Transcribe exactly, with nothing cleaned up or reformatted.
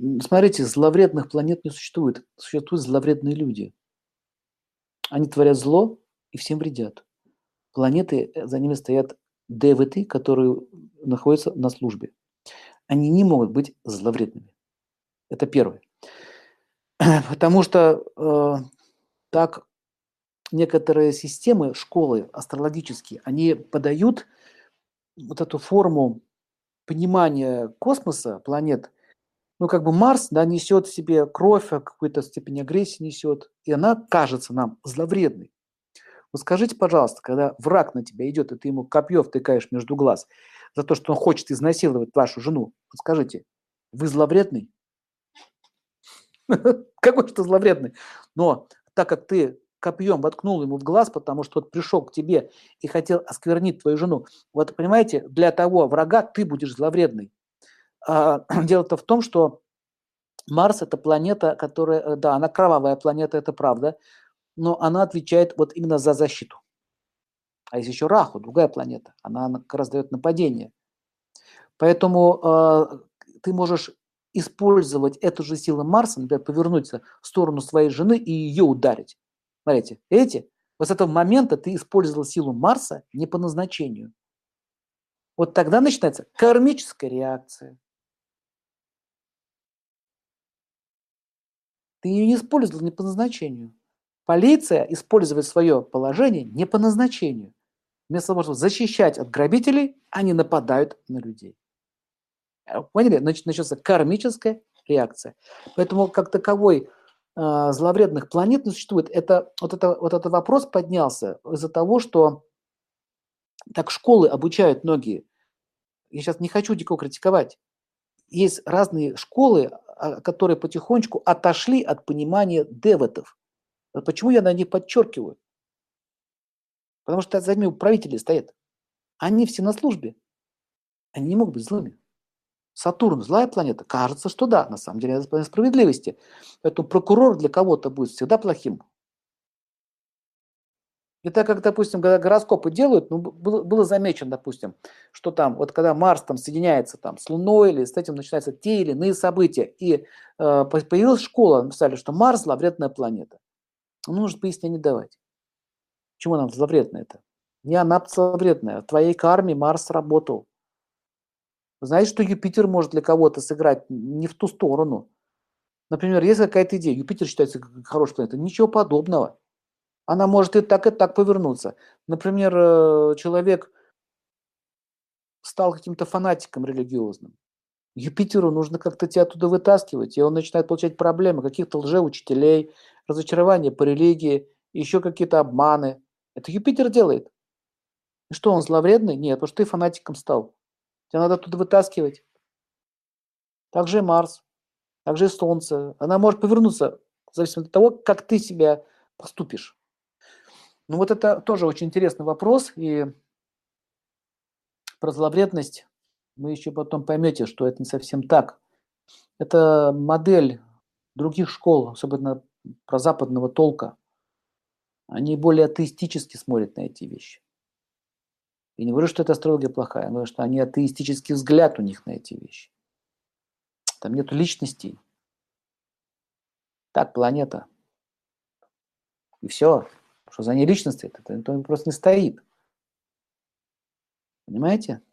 Смотрите, зловредных планет не существует. Существуют зловредные люди. Они творят зло и всем вредят. Планеты, за ними стоят ДВТ, которые находятся на службе. Они не могут быть зловредными. Это первое. Потому что э, так некоторые системы, школы астрологические, они подают вот эту форму понимания космоса, планет. Ну, как бы Марс, да, несет в себе кровь, какую-то степень агрессии несет, и она кажется нам зловредной. Вот скажите, пожалуйста, когда враг на тебя идет, и ты ему копье втыкаешь между глаз за то, что он хочет изнасиловать вашу жену, вот скажите, вы зловредный? Какой же ты зловредный? Но так как ты копьем воткнул ему в глаз, потому что тот пришел к тебе и хотел осквернить твою жену, вот понимаете, для того врага ты будешь зловредный. А, дело-то в том, что Марс – это планета, которая, да, она кровавая планета, это правда, но она отвечает вот именно за защиту. А есть еще Раху, другая планета, она как раз дает нападение. Поэтому э, ты можешь использовать эту же силу Марса, например, повернуться в сторону своей жены и ее ударить. Смотрите, видите? Вот с этого момента ты использовал силу Марса не по назначению. Вот тогда начинается кармическая реакция. Ты ее не использовал не по назначению. Полиция использует свое положение не по назначению. Вместо того, чтобы защищать от грабителей, они нападают на людей. Поняли? Значит, начнется кармическая реакция. Поэтому как таковой э, зловредных планет не существует. Это, вот, это, вот этот вопрос поднялся из-за того, что так школы обучают многие. Я сейчас не хочу дико критиковать. Есть разные школы, которые потихонечку отошли от понимания девотов. Почему я на них подчеркиваю? Потому что за ними правители стоят. Они все на службе. Они не могут быть злыми. Сатурн – злая планета? Кажется, что да, на самом деле, это справедливости. Поэтому прокурор для кого-то будет всегда плохим. И так как, допустим, когда гороскопы делают, ну, было, было замечено, допустим, что там, вот когда Марс там соединяется там, с Луной, или с этим начинаются те или иные события, и э, появилась школа, написали, что Марс – зловредная планета. Ну, нужно пояснение давать. Почему она зловредная это? Не она зловредная, в твоей карме Марс работал. Знаете, что Юпитер может для кого-то сыграть не в ту сторону? Например, есть какая-то идея, Юпитер считается хорошей планетой. Ничего подобного. Она может и так, и так повернуться. Например, э, человек стал каким-то фанатиком религиозным. Юпитеру нужно как-то тебя оттуда вытаскивать, и он начинает получать проблемы, каких-то лжеучителей, разочарования по религии, еще какие-то обманы. Это Юпитер делает. И что, он зловредный? Нет, потому что ты фанатиком стал. Тебя надо оттуда вытаскивать. Также и Марс, также и Солнце. Она может повернуться в зависимости от того, как ты себя поступишь. Ну вот это тоже очень интересный вопрос, и про зловредность вы еще потом поймете, что это не совсем так. Это модель других школ, особенно про западного толка. Они более атеистически смотрят на эти вещи. Я не говорю, что это астрология плохая, но что они атеистический взгляд у них на эти вещи. Там нету личностей. Так, планета. И все. Что за ней личность, это, это просто не стоит. Понимаете?